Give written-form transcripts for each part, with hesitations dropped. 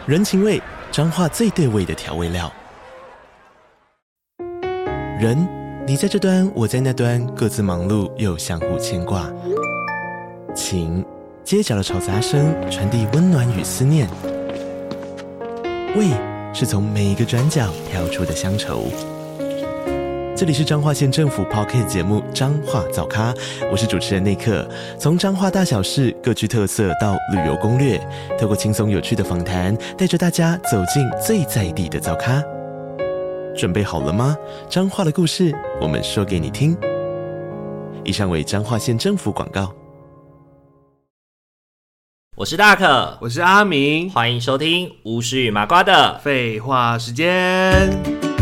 人情味，彰化最对味的调味料。人，你在这端，我在那端，各自忙碌又相互牵挂。情，街角的吵杂声传递温暖与思念。味，是从每一个转角跳出的乡愁。这里是彰化县政府 Podcast 节目《彰化早咖》，我是主持人内克。从彰化大小事各具特色到旅游攻略，透过轻松有趣的访谈，带着大家走进最在地的早咖。准备好了吗？彰化的故事，我们说给你听。以上为彰化县政府广告。 我是大可， 我是阿明， 欢迎收听巫师与麻瓜的废话时间。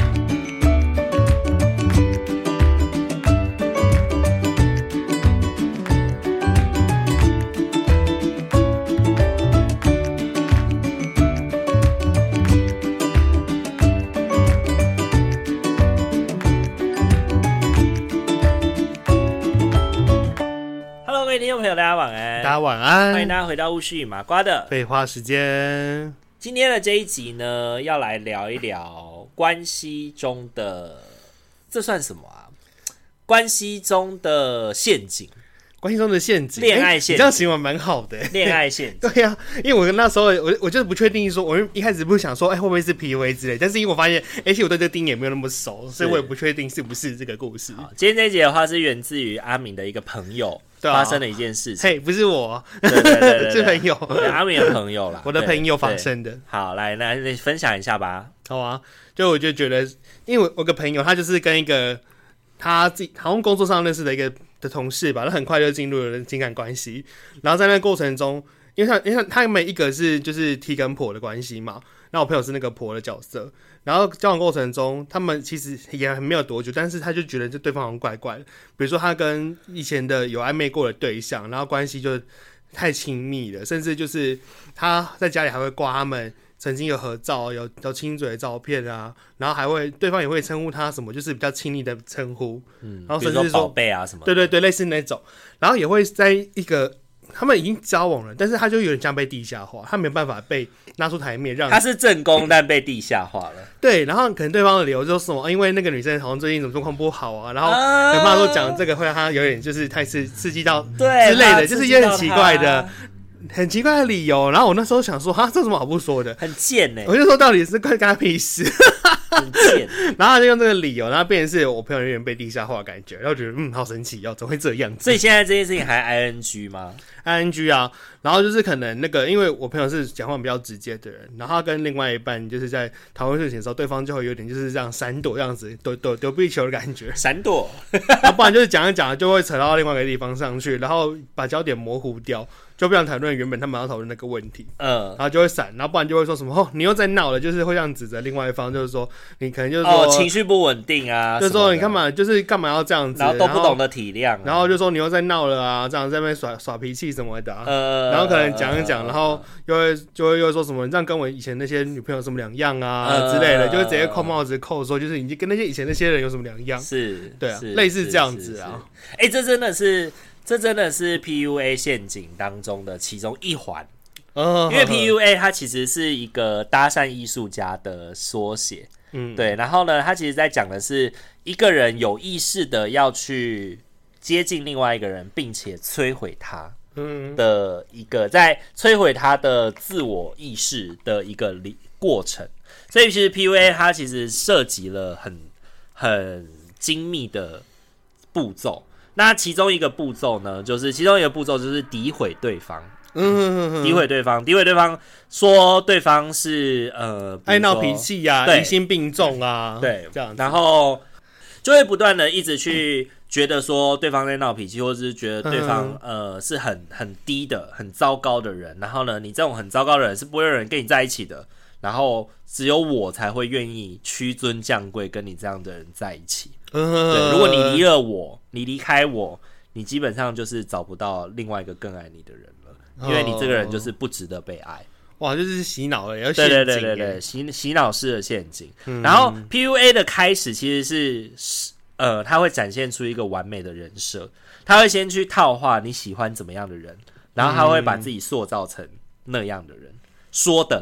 听众朋友大家晚安， 大家晚安， 欢迎大家回到巫师与麻瓜的废话时间。 今天的这一集呢，要来聊一聊关系中的，这算什么啊？关系中的陷阱， 关系中的陷阱， 恋爱陷阱， 你这样形容蛮好的。 恋爱陷阱， 对呀、因为我那时候我就是不确定说，我一开始不是想说，会不会是 PUA 之类，但是因为我发现，其实我对这个定义也没有那么熟，所以我也不确定是不是这个故事。 今天这一集的话是源自于阿明的一个朋友。发生了一件事情， 不是我， 对是朋友， 阿明的朋友啦， 我的朋友发生的。 好，来分享一下吧。 好啊，就我就觉得，因为我有个朋友，他就是跟一个他自己好像工作上认识的一个的同事吧，他很快就进入了情感关系，然后在那个过程中，因为他们一个是就是T跟婆的关系嘛，那我朋友是那个婆的角色。然后交往过程中，他们其实也没有多久，但是他就觉得这对方好像怪怪的。比如说他跟以前的有暧昧过的对象，然后关系就太亲密了，甚至就是他在家里还会挂他们曾经有合照、有亲嘴的照片啊，然后还会对方也会称呼他什么，就是比较亲昵的称呼，然后甚至说宝贝啊什么的， 对，类似那种，然后也会在一个。他们已经交往了，但是他就有点像被地下化，他没有办法被拿出台面让。 他是正宫，但被地下化了。 对，然后可能对方的理由就是什么，因为那个女生好像最近怎么状况不好啊，然后没办法说讲这个会让他有点就是太刺激到之类的，就是一些很奇怪的理由。然后我那时候想说，这有什么好不说的？ 很贱欸。 我就说到底是关他屁事。 很贱。 然后他就用这个理由，然后变成是我朋友有点被地下化的感觉，然后觉得好神奇怎么会这样子？ 所以现在这件事情还 ING 吗 ？ING 啊，然后就是可能那个，因为我朋友是讲话比较直接的人，然后他跟另外一半就是在讨论事情的时候，对方就会有点就是这样闪躲这样子，躲避球的感觉， 闪躲， 然后不然就是讲一讲就会扯到另外一个地方上去，然后把焦点模糊掉，就不想讨论原本他们要讨论那个问题，然后就会闪，然后不然就会说什么你又在闹了，就是会这样指责另外一方，就是说你可能就是说情绪不稳定啊， 就是说你干嘛要这样子， 然后都不懂得体谅， 然后就说你又在闹了啊，这样在那边耍脾气什么的，然后可能讲一讲，然后就会说什么你这样跟我以前那些女朋友有什么两样啊之类的，就会直接扣帽子扣说就是你跟那些以前那些人有什么两样， 是， 对啊，类似这样子啊， 这真的是 PUA 陷阱当中的其中一环。因为 PUA 它其实是一个搭讪艺术家的缩写，对。然后呢，它其实在讲的是一个人有意识的要去接近另外一个人，并且摧毁他的一个，在摧毁他的自我意识的一个过程。所以其实 PUA 它其实涉及了很精密的步骤。那其中一个步骤就是诋毁对方。诋毁对方，说对方是爱闹脾气啊，疑心病重啊， 对， 这样子， 然后就会不断的一直去觉得说对方在闹脾气，或者是觉得对方是很低的、很糟糕的人。然后呢，你这种很糟糕的人是不会有人跟你在一起的。然后只有我才会愿意屈尊降贵跟你这样的人在一起。对，如果你离了我，你离开我，你基本上就是找不到另外一个更爱你的人了，因为你这个人就是不值得被爱。 哇，就是洗脑了，要陷阱， 对，洗脑式的陷阱。然后 PUA 的开始其实是他会展现出一个完美的人设，他会先去套话你喜欢怎么样的人，然后他会把自己塑造成那样的人，说的啦，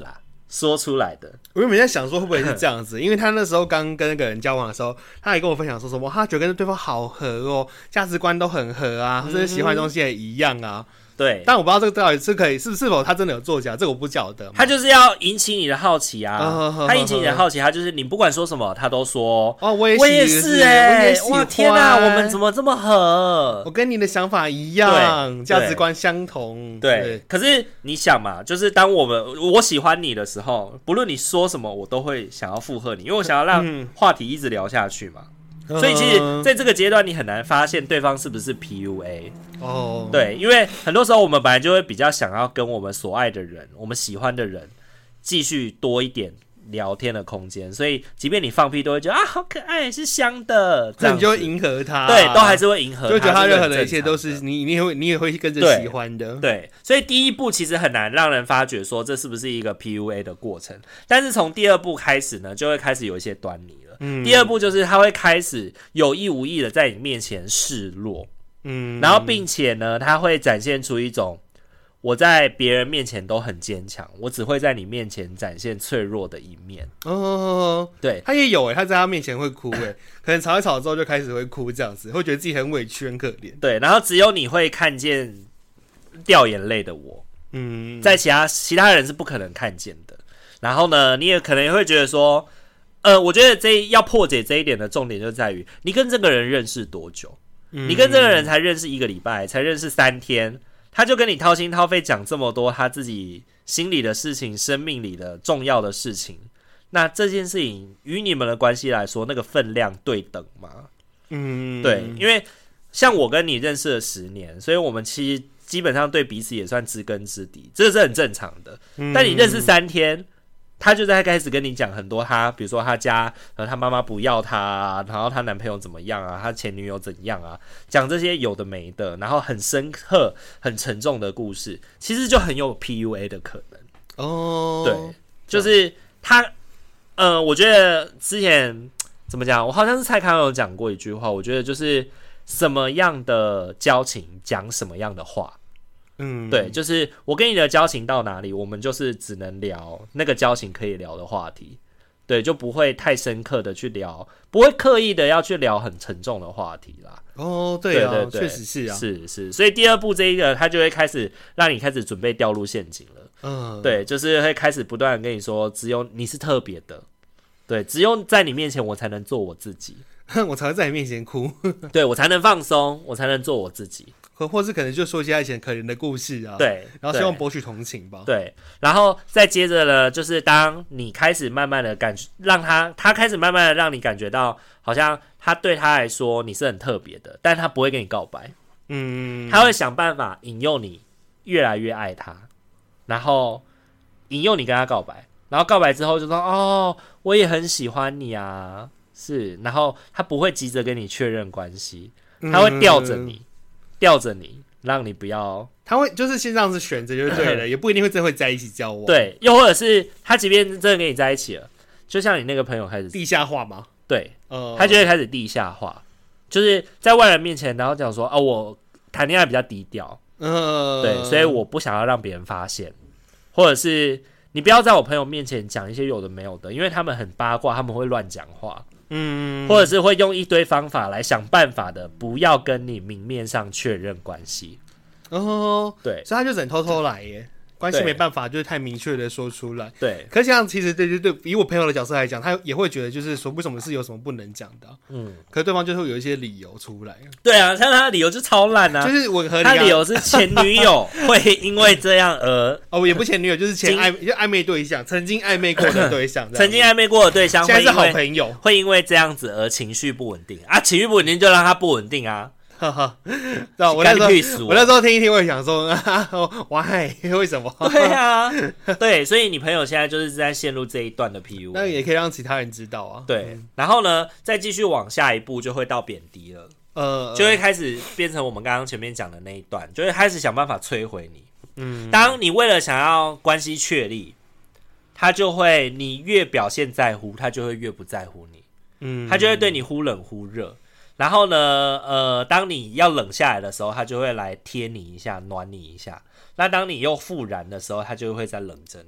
说出来的。 我原本在想说会不会是这样子，因为他那时候刚跟那个人交往的时候，他也跟我分享说什么，他觉得跟对方好合哦，价值观都很合啊，甚至喜欢的东西也一样啊。 对， 但我不知道这个到底是可以是否他真的有作假，这个我不晓得。 他就是要引起你的好奇啊，他引起你的好奇，他就是你不管说什么，他都说哦，我也是哇天哪，我们怎么这么合？ 我跟你的想法一样，价值观相同。 对，可是你想嘛，就是当我喜欢你的时候，不论你说什么，我都会想要附和你，因为我想要让话题一直聊下去嘛。所以其实在这个阶段你很难发现对方是不是 PUA 哦，对，因为很多时候我们本来就会比较想要跟我们所爱的人我们喜欢的人继续多一点聊天的空间，所以即便你放屁都会觉得啊好可爱是香的，这样你就会迎合他， 对，都还是会迎合他， 就觉得他任何的一切都是你也会跟着喜欢的， 对，所以第一步其实很难让人发觉说这是不是一个 PUA 的过程，但是从第二步开始呢就会开始有一些端倪了。第二步就是他会开始有意无意的在你面前示弱，然后并且呢他会展现出一种我在别人面前都很坚强，我只会在你面前展现脆弱的一面。哦，对， 他也有他在他面前会哭可能吵一吵之后就开始会哭，这样子会觉得自己很委屈很可怜。 对，然后只有你会看见掉眼泪的我，在其他人是不可能看见的。然后呢，你也可能会觉得说，我觉得要破解这一点的重点就在于你跟这个人认识多久，你跟这个人才认识1个礼拜，才认识3天，他就跟你掏心掏肺讲这么多他自己心里的事情，生命里的重要的事情，那这件事情与你们的关系来说，那个分量对等吗？对，因为像我跟你认识了10年，所以我们其实基本上对彼此也算知根知底，这是很正常的。但你认识3天，他就在开始跟你讲很多比如说他家他妈妈不要他然后他男朋友怎么样啊，他前女友怎样啊，讲这些有的没的，然后很深刻很沉重的故事，其实就很有 PUA 的可能。哦，对，就是他我觉得之前怎么讲，我好像是蔡康永有讲过一句话，我觉得就是什么样的交情讲什么样的话。对，就是我跟你的交情到哪里，我们就是只能聊那个交情可以聊的话题，对，就不会太深刻的去聊，不会刻意的要去聊很沉重的话题啦。 哦，对啊，确实是啊， 是，所以第二步这一个，他就会开始让你开始准备掉入陷阱了。对，就是会开始不断的跟你说，只有你是特别的，对，只有在你面前我才能做我自己， 我才会在你面前哭， 对，我才能放松，我才能做我自己。 或是可能就说一些以前可怜的故事啊， 对， 然后希望博取同情吧， 对，然后再接着呢，就是当你开始慢慢的让他开始慢慢的让你感觉到，好像他对他来说你是很特别的，但他不会跟你告白，他会想办法引诱你越来越爱他，然后引诱你跟他告白，然后告白之后就说哦，我也很喜欢你啊，是，然后他不会急着跟你确认关系，他会吊着你，让你不要， 他会就是先这样子选择就对了，也不一定会真会在一起交往。 对，又或者是他即便真的跟你在一起了，就像你那个朋友开始地下化吗？ 对，他就会开始地下化，就是在外人面前，然后讲说哦，我谈恋爱比较低调，对，所以我不想要让别人发现，或者是你不要在我朋友面前讲一些有的没有的，因为他们很八卦，他们会乱讲话。或者是会用一堆方法来想办法的，不要跟你明面上确认关系。对， 所以他就只能偷偷来耶，关系没办法就是太明确的说出来。 对， 可是像其实对，以我朋友的角色来讲，他也会觉得就是说为什么是有什么不能讲的，可是对方就会有一些理由出来。 对啊，像他的理由就超烂啊， 就是我和他理由是前女友会因为这样而也不前女友，就是暧昧对象，曾经暧昧过的对象， 曾经暧昧过的对象， 现在是好朋友， 会因为这样子而情绪不稳定啊，情绪不稳定就让他不稳定啊。 我那时候听一听，我也想说，why？ 为什么？ 对啊，对，所以你朋友现在就是在陷入这一段的 PUA， 那也可以让其他人知道啊。 对，然后呢，再继续往下一步就会到贬低了，就会开始变成我们刚刚前面讲的那一段，就会开始想办法摧毁你。当你为了想要关系确立，他就会你越表现在乎，他就会越不在乎你，他就会对你忽冷忽热。然后呢，当你要冷下来的时候，他就会来贴你一下，暖你一下。那当你又复燃的时候，他就会再冷着你。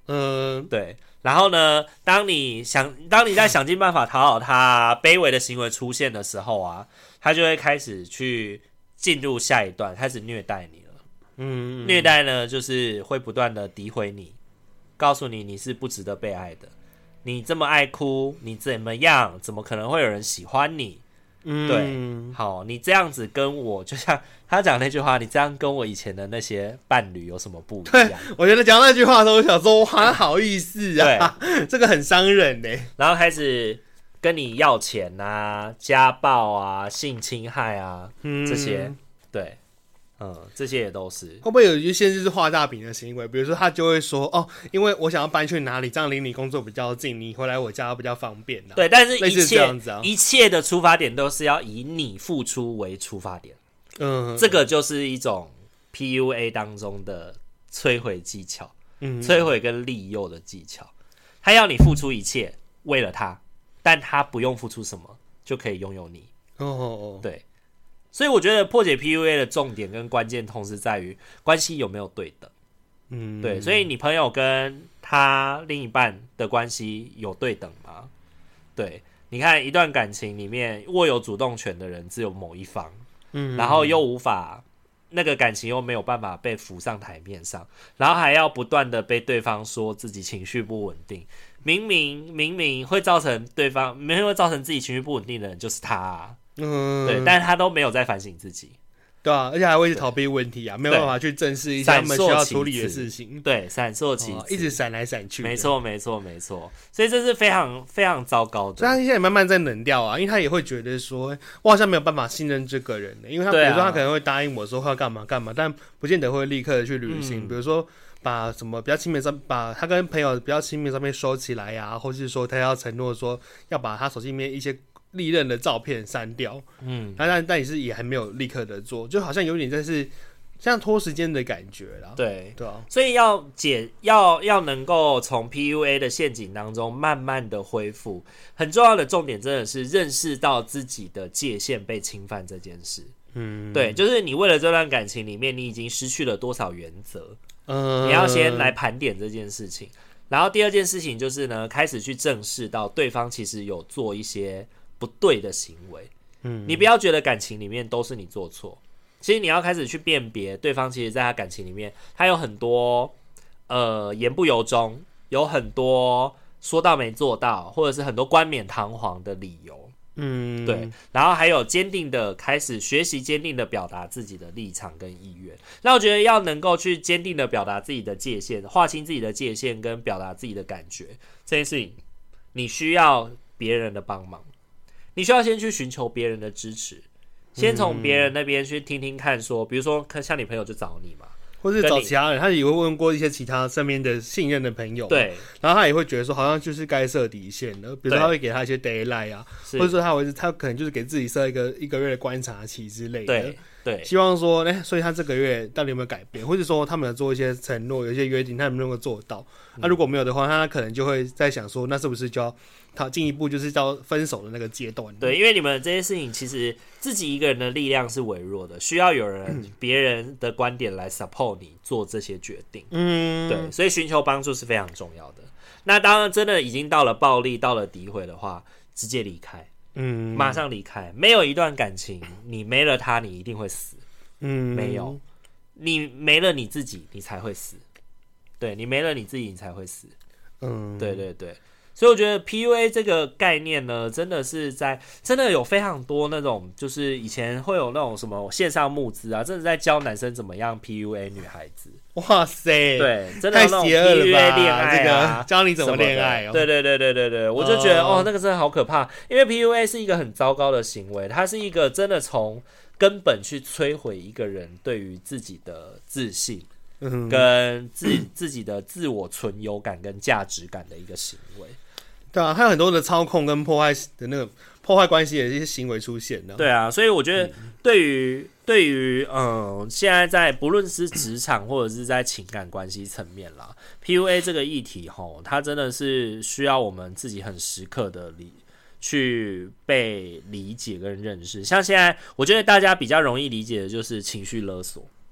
对。然后呢，当你在想尽办法讨好他，卑微的行为出现的时候啊，他就会开始去进入下一段，开始虐待你了。虐待呢，就是会不断的诋毁你，告诉你你是不值得被爱的，你这么爱哭，你怎么样，怎么可能会有人喜欢你？对，好，你这样子跟我，就像他讲那句话，你这样跟我以前的那些伴侣有什么不一样？ 我觉得讲那句话的时候，我想说，哇，好意思啊，这个很伤人呢。 然后开始跟你要钱啊、家暴啊、性侵害啊、这些，对。这些也都是会不会有一些就是画大饼的行为？比如说他就会说哦，因为我想要搬去哪里，这样离你工作比较近，你回来我家比较方便啊。 对，但是一切的出发点都是要以你付出为出发点。这个就是一种 PUA 当中的摧毁技巧，摧毁跟利诱的技巧。他要你付出一切为了他，但他不用付出什么就可以拥有你。对。所以我觉得破解 PUA 的重点跟关键同时在于关系有没有对等。对，所以你朋友跟他另一半的关系有对等吗？对，你看一段感情里面握有主动权的人只有某一方，然后又无法那个感情又没有办法被浮上台面上，然后还要不断的被对方说自己情绪不稳定，明明会造成对方会造成自己情绪不稳定的人就是他啊。对，但是他都没有在反省自己， 对啊，而且还会逃避问题啊，没有办法去正视一下他们需要处理的事情， 对，闪烁其词， 一直闪来闪去， 没错，所以这是非常非常糟糕的。 所以他现在慢慢在冷掉啊，因为他也会觉得说，我好像没有办法信任这个人的，因为他比如说他可能会答应我说要干嘛干嘛，但不见得会立刻的去履行，比如说把什么比较亲密的把他跟朋友比较亲密的照片收起来呀，或是说他要承诺说要把他手机里面一些历任的照片删掉，但也是也还没有立刻的做，就好像有点就是像拖时间的感觉啦。 对啊， 所以要能够从 PUA 的陷阱当中慢慢的恢复，很重要的重点真的是认识到自己的界限被侵犯这件事。对，就是你为了这段感情里面，你已经失去了多少原则，你要先来盘点这件事情。然后第二件事情就是呢，开始去正视到对方其实有做一些不对的行为。你不要觉得感情里面都是你做错，其实你要开始去辨别对方其实在他感情里面他有很多言不由衷，有很多说到没做到，或者是很多冠冕堂皇的理由。对，然后还有坚定的开始学习坚定的表达自己的立场跟意愿。那我觉得要能够去坚定的表达自己的界限，划清自己的界限跟表达自己的感觉，这件事情你需要别人的帮忙，你需要先去寻求别人的支持，先从别人那边去听听看说，比如说像你朋友就找你嘛， 或是找其他人，他也会问过一些其他身边的信任的朋友， 对， 然后他也会觉得说好像就是该设底线的，比如说他会给他一些 deadline 啊，或者说他可能就是给自己设一个月的观察期之类的， 对， 希望说所以他这个月到底有没有改变，或者说他们有做一些承诺，有一些约定，他有没有做到？如果没有的话，他可能就会在想说，那是不是就要他进一步就是到分手的那个阶段？ 对，因为你们这些事情其实自己一个人的力量是微弱的，需要有人别人的观点来 support 你做这些决定。对，所以寻求帮助是非常重要的。那当然真的已经到了暴力、到了诋毁的话，直接离开，马上离开。没有一段感情，你没了他，你一定会死。没有，你没了你自己，你才会死。对，你没了你自己，你才会死。对。所以我觉得 PUA 这个概念呢，真的有非常多那种，就是以前会有那种什么线上募资啊，真的在教男生怎么样 PUA 女孩子。 哇塞， 对，真的有那种 PUA 恋爱啊， 教你怎么恋爱哦。 对，我就觉得那个真的好可怕，因为 PUA 是一个很糟糕的行为，它是一个真的从根本去摧毁一个人对于自己的自信。跟自己的自我存有感跟价值感的一个行为。 对啊，还有很多的操控跟破坏的那个破坏关系的一些行为出现的。 对啊，所以我觉得对于现在在不论是职场或者是在情感关系层面啦 ，PUA 这个议题它真的是需要我们自己很时刻的去被理解跟认识。像现在，我觉得大家比较容易理解的就是情绪勒索。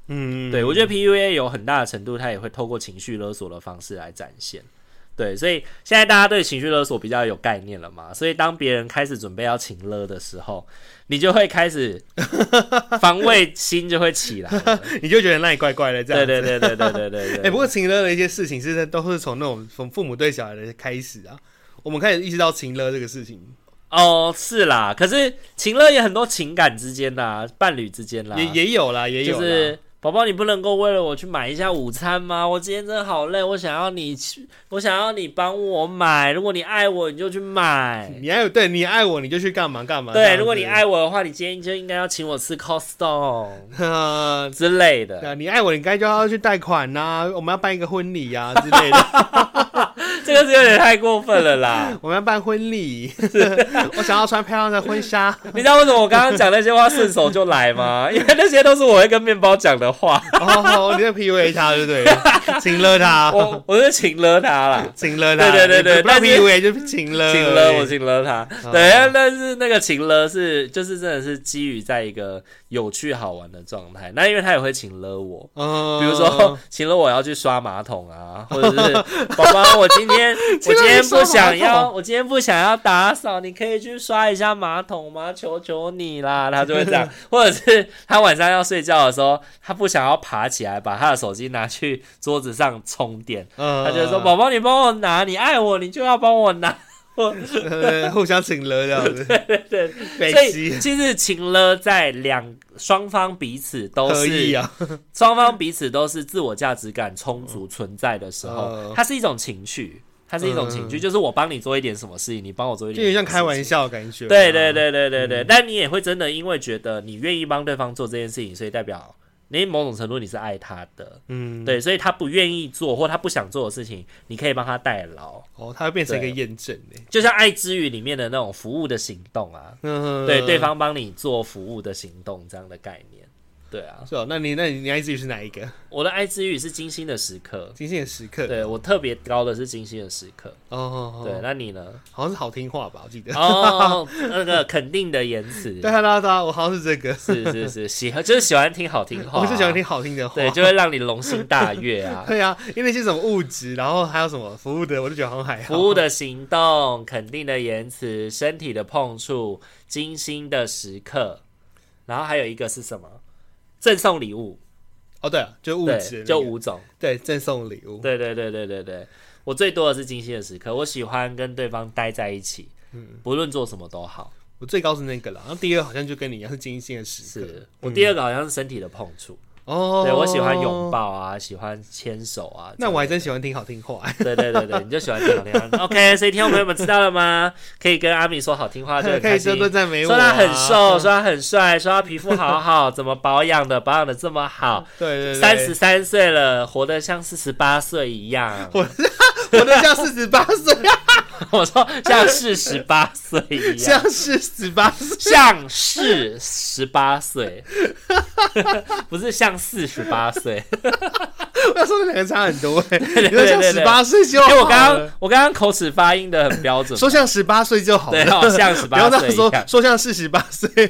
对，我觉得 PUA 有很大的程度，它也会透过情绪勒索的方式来展现。对，所以现在大家对情绪勒索比较有概念了嘛，所以当别人开始准备要情勒的时候，你就会开始防卫心就会起来了你就觉得那里怪怪的这样子。 对。 不过情勒的一些事情都是从那种从父母对小孩的开始啊，我们开始意识到情勒这个事情。 哦，是啦，可是情勒也很多情感之间啦，伴侣之间啦， 也有啦，也有啦。 就是宝宝，你不能够为了我去买一下午餐吗？我今天真的好累，我想要你帮我买。如果你爱我，你就去买。 对你爱我，你就去干嘛干嘛。 对，如果你爱我的话，你今天就应该要请我吃 Costco 之类的。 对，你爱我，你该就要去贷款呐，我们要办一个婚礼啊之类的。 这个是有点太过分了啦！ 我们要办婚礼，我想要穿漂亮的婚纱。 你知道为什么我刚刚讲那些话顺手就来吗？因为那些都是我会跟面包讲的话。 你在 PUA 他，对不对？情勒他， 我是情勒他啦， 情勒他。 对， 不是 PUA 就是情勒， 我情勒他。对，但是那个情勒就是真的是基于在一个有趣好玩的状态。那因为他也会情勒我，比如说情勒我要去刷马桶啊，或者是宝宝我今天不想要打扫，你可以去刷一下马桶吗？求求你啦，他就会这样。或者是他晚上要睡觉的时候，他不想要爬起来把他的手机拿去桌子上充电，他就说：“宝宝，你帮我拿，你爱我，你就要帮我拿。” 互相情勒这样子。 对，所以其实情勒在双方彼此都是双方彼此都是自我价值感充足存在的时候，它是一种情绪。它是一种情绪，就是我帮你做一点什么事情，你帮我做一点什么事情， 就有点像开玩笑的感觉。 对，但你也会真的因为觉得你愿意帮对方做这件事情，所以代表你某种程度你是爱他的，对，所以他不愿意做或他不想做的事情，你可以帮他代劳。 他会变成一个验证， 就像爱之语里面的那种服务的行动啊，对，对方帮你做服务的行动这样的概念。对啊， 是哦。那你爱之语是哪一个？ 我的爱之语是精心的时刻， 精心的时刻。 对，我特别高的是精心的时刻。对，那你呢？ 好像是好听话吧，我记得。 那个肯定的言辞。 对，我好像是这个。 是，就是喜欢听好听话。 我是喜欢听好听的话， 对，就会让你龙心大悦啊。 对啊，因为那些什么物质，然后还有什么服务的，我就觉得好像还好。 服务的行动、肯定的言辞、身体的碰触、精心的时刻，然后还有一个是什么？赠送礼物。 对啊，就物质， 就5种。 对，赠送礼物。 对，我最多的是精心的时刻，我喜欢跟对方待在一起，不论做什么都好。 我最高是那个了，然后第二好像就跟你一样是精心的时刻。 是我第二个好像是身体的碰触。对，我喜欢拥抱啊，喜欢牵手啊。 那我还真喜欢听好听话。 对，你就喜欢听好听话。OK， 所以听众朋友们知道了吗？可以跟阿米说好听话就很开心， 可以多赞美我， 说他很瘦，说他很帅，说他皮肤好好，怎么保养的这么好。 对 ，33岁了，活得像48岁一样。 活得像48岁。 我说像是18岁一样， 像是18岁， 像是18岁，不是像48岁。 我要说那两个差很多你说像18岁就好了。 我刚刚口齿发音的很标准， 说像18岁就好了， 对，像18岁一样， 说像48岁。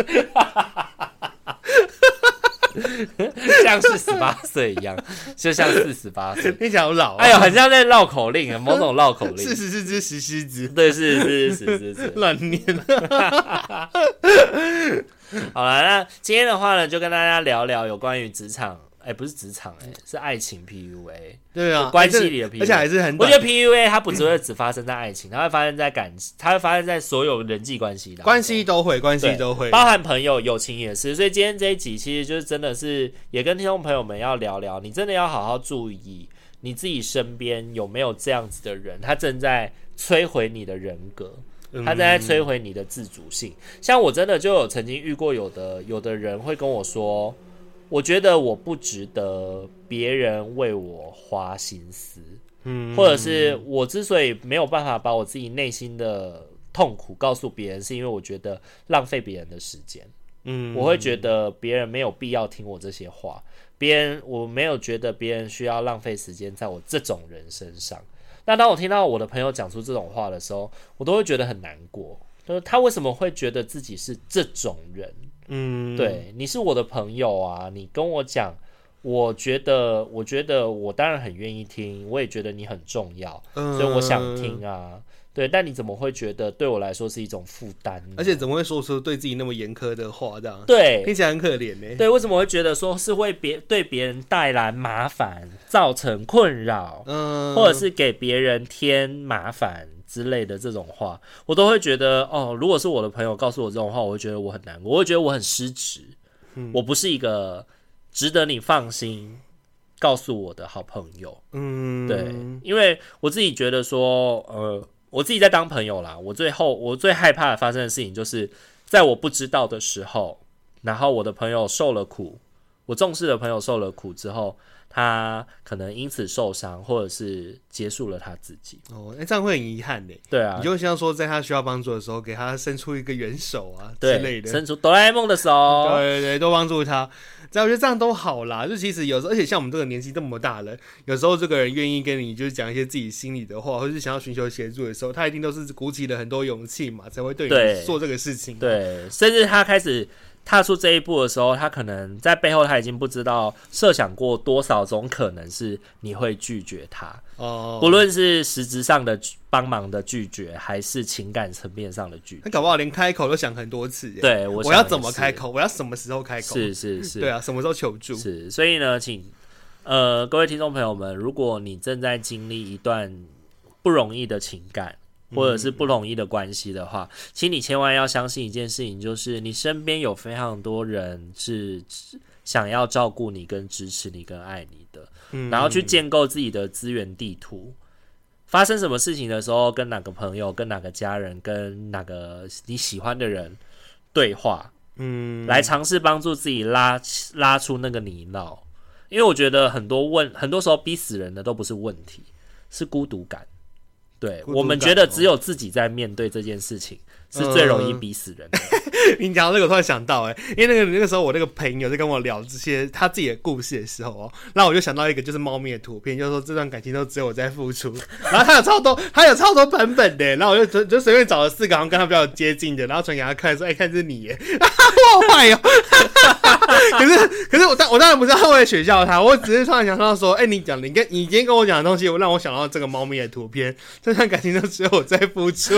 像是18岁一样，就像48岁， 听起来好老。 哎呦，很像在绕口令，某种绕口令。 44只石狮子， 对，是乱念。 好了，那今天的话呢，就跟大家聊聊有关于职场。不是职场，是爱情 PUA。 对啊， 关系里的 PUA， 而且还是很我觉得 PUA 它不只发生在爱情，它会发生在它会发生在所有人际关系的关系都会， 包含朋友、友情也是。所以今天这一集其实就是真的是也跟听众朋友们要聊聊，你真的要好好注意你自己身边有没有这样子的人，他正在摧毁你的人格。他正在摧毁你的自主性。像我真的就有曾经遇过有的人会跟我说，我觉得我不值得别人为我花心思，或者是我之所以没有办法把我自己内心的痛苦告诉别人，是因为我觉得浪费别人的时间。我会觉得别人没有必要听我这些话，我没有觉得别人需要浪费时间在我这种人身上。那当我听到我的朋友讲出这种话的时候，我都会觉得很难过，就是他为什么会觉得自己是这种人？对，你是我的朋友啊，你跟我讲我觉得我当然很愿意听，我也觉得你很重要，所以我想听啊。对，但你怎么会觉得对我来说是一种负担呢？ 而且怎么会说出对自己那么严苛的话？这样对， 听起来很可怜呢。 对，为什么会觉得说是会对别人带来麻烦、造成困扰，或者是给别人添麻烦之类的这种话，我都会觉得哦，如果是我的朋友告诉我这种话，我会觉得我很难过，我会觉得我很失职，我不是一个值得你放心告诉我的好朋友。对，因为我自己觉得说，我自己在当朋友啦，我最害怕的发生的事情就是在我不知道的时候，然后我的朋友受了苦，我重视的朋友受了苦之后，他可能因此受伤，或者是结束了他自己。 这样会很遗憾的。对啊，你就像说，在他需要帮助的时候，给他伸出一个援手啊之类的， 伸出哆啦 A 梦的手， 对，多帮助他。我觉得这样都好啦。就其实有时候，而且像我们这个年纪这么大了，有时候这个人愿意跟你就是讲一些自己心里的话，或者是想要寻求协助的时候，他一定都是鼓起了很多勇气嘛，才会对你做这个事情。 对，甚至他开始踏出这一步的时候，他可能在背后他已经不知道设想过多少种可能是你会拒绝他。不论是实质上的帮忙的拒绝，还是情感层面上的拒绝， 他搞不好连开口都想很多次。 对， 我要怎么开口？我要什么时候开口？ 是， 对啊，什么时候求助？ 是，所以呢，请各位听众朋友们，如果你正在经历一段不容易的情感，或者是不容易的关系的话，请你千万要相信一件事情，就是你身边有非常多人是想要照顾你、跟支持你、跟爱你的。然后去建构自己的资源地图，发生什么事情的时候，跟哪个朋友、跟哪个家人、跟哪个你喜欢的人对话，来尝试帮助自己拉出那个泥淖。因为我觉得很多时候逼死人的都不是问题，是孤独感。对，我们觉得只有自己在面对这件事情，是最容易逼死人的。 你讲到这个，我突然想到，因为那个时候我那个朋友在跟我聊这些他自己的故事的时候那我就想到一个就是猫咪的图片，就是说这段感情都只有我在付出，然后他有超多版本的，然后我就随便找了4个好像跟他比较接近的，然后传给他看，说看这是你耶，我好坏哦。可是我当然不是要为了取笑他，我只是突然想到说，你今天跟我讲的东西，让我想到这个猫咪的图片，这段感情都只有我在付出。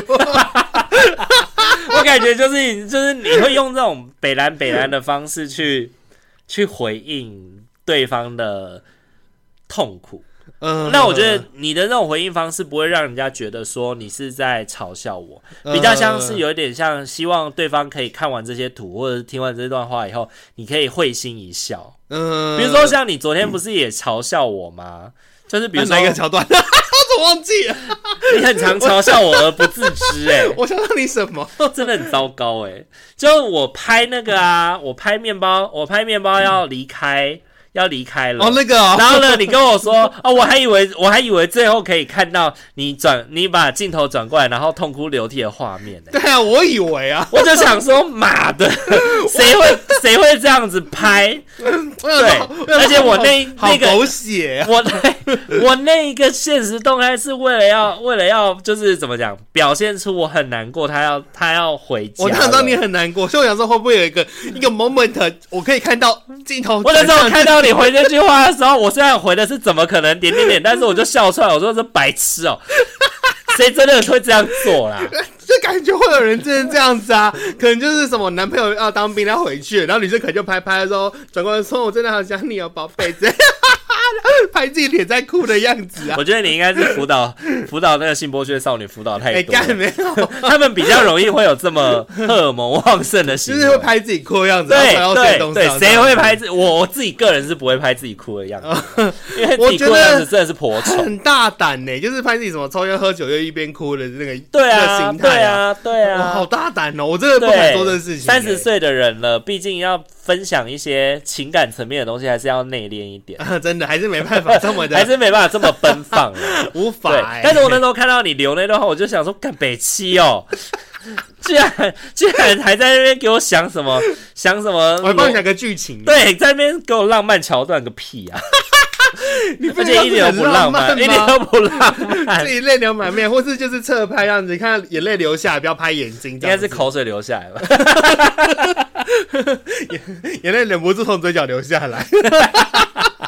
我感觉就是你会用这种北蓝的方式去回应对方的痛苦。那我觉得你的那种回应方式不会让人家觉得说你是在嘲笑我，比较像是有一点像希望对方可以看完这些图或者是听完这段话以后，你可以会心一笑。比如说像你昨天不是也嘲笑我吗？就是比如说哪一个桥段？我怎么忘记了？ 你很常嘲笑我而不自知我想到你什么？ 真的很糟糕就是我拍那个我拍面包要离开了那个然后呢，你跟我说我还以为最后可以看到你把镜头转过来，然后痛哭流涕的画面对啊，我以为我就想说妈的，谁会这样子拍？对，而且我那个狗血我那个现实动态是为了要就是怎么讲，表现出我很难过，他要回家。 我想到你很难过，所以我想说会不会有一个 moment， 我可以看到镜头。 我那时候看到你回这句话的时候，我虽然回的是怎么可能点，但是我就笑出来，我说这白痴谁真的会这样做啦？ 就感觉会有人真的这样子可能就是什么男朋友要当兵要回去，然后女生可能就拍的时候转过来说：“我真的好想你宝贝。”拍自己脸在哭的样子我觉得你应该是辅导那个性剥削少女辅导太多了。 没有， 他们比较容易会有这么荷尔蒙旺盛的行为， 就是会拍自己哭的样子。 对，谁会拍我自己个人是不会拍自己哭的样子，因为自己哭的样子真的是颇丑， 很大胆就是拍自己什么抽烟喝酒又一边哭的那个心态对啊， 好大胆我真的不敢做这事情。 30岁的人了，毕竟要分享一些情感层面的东西，还是要内敛一点真的还是没办法这么的， 还是没办法这么奔放无法但是我那时候看到你留那段话，我就想说干北七居然还在那边给我想什么， 我还帮你想个剧情。 对，在那边给我浪漫桥段个屁而且一点都不浪漫，一点都不浪漫， 自己泪流满面，或是就是侧拍样子，看眼泪流下来，不要拍眼睛，应该是口水流下来吧， 眼泪忍不住从嘴角流下来。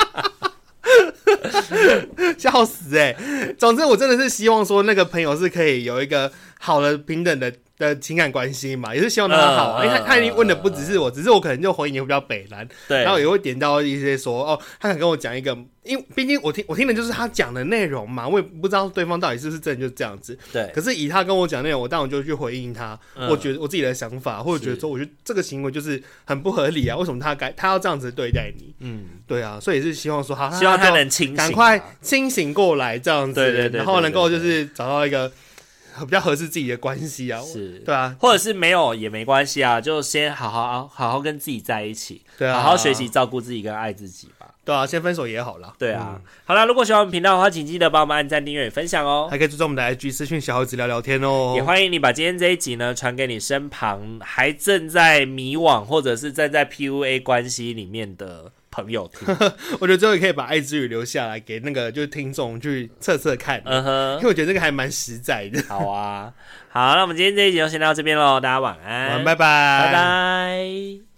笑死总之我真的是希望说那个朋友是可以有一个好的平等的情感关系嘛，也是希望他好因为他已经问的不只是我，只是我可能就回应也会比较北蓝，对，然后也会点到一些说他想跟我讲一个，因为毕竟我听的就是他讲的内容嘛，我也不知道对方到底是不是真的就是这样子，对。可是以他跟我讲内容，我当然就去回应他，我觉得我自己的想法，或者觉得说，我觉得这个行为就是很不合理啊，为什么他要这样子对待你？对啊，所以也是希望说， 希望他能清醒， 赶快清醒过来这样子，对，然后能够就是找到一个比较合适自己的关系啊，是，对啊， 或者是没有也没关系啊，就先好好跟自己在一起，对啊，好好学习照顾自己跟爱自己吧， 对啊，先分手也好啦， 对啊，好啦，如果喜欢我们频道的话，请记得帮我们按赞、订阅、分享哦， 还可以追踪我们的 IG 私讯小猴子聊聊天哦， 也欢迎你把今天这一集呢传给你身旁还正在迷惘或者是正在 PUA 关系里面的朋友听。 我觉得最后也可以把爱之语留下来给那个就是听众去测测看，因为我觉得这个还蛮实在的。 好啊，好，那我们今天这一集就先到这边咯，大家晚安， 拜拜， 拜拜。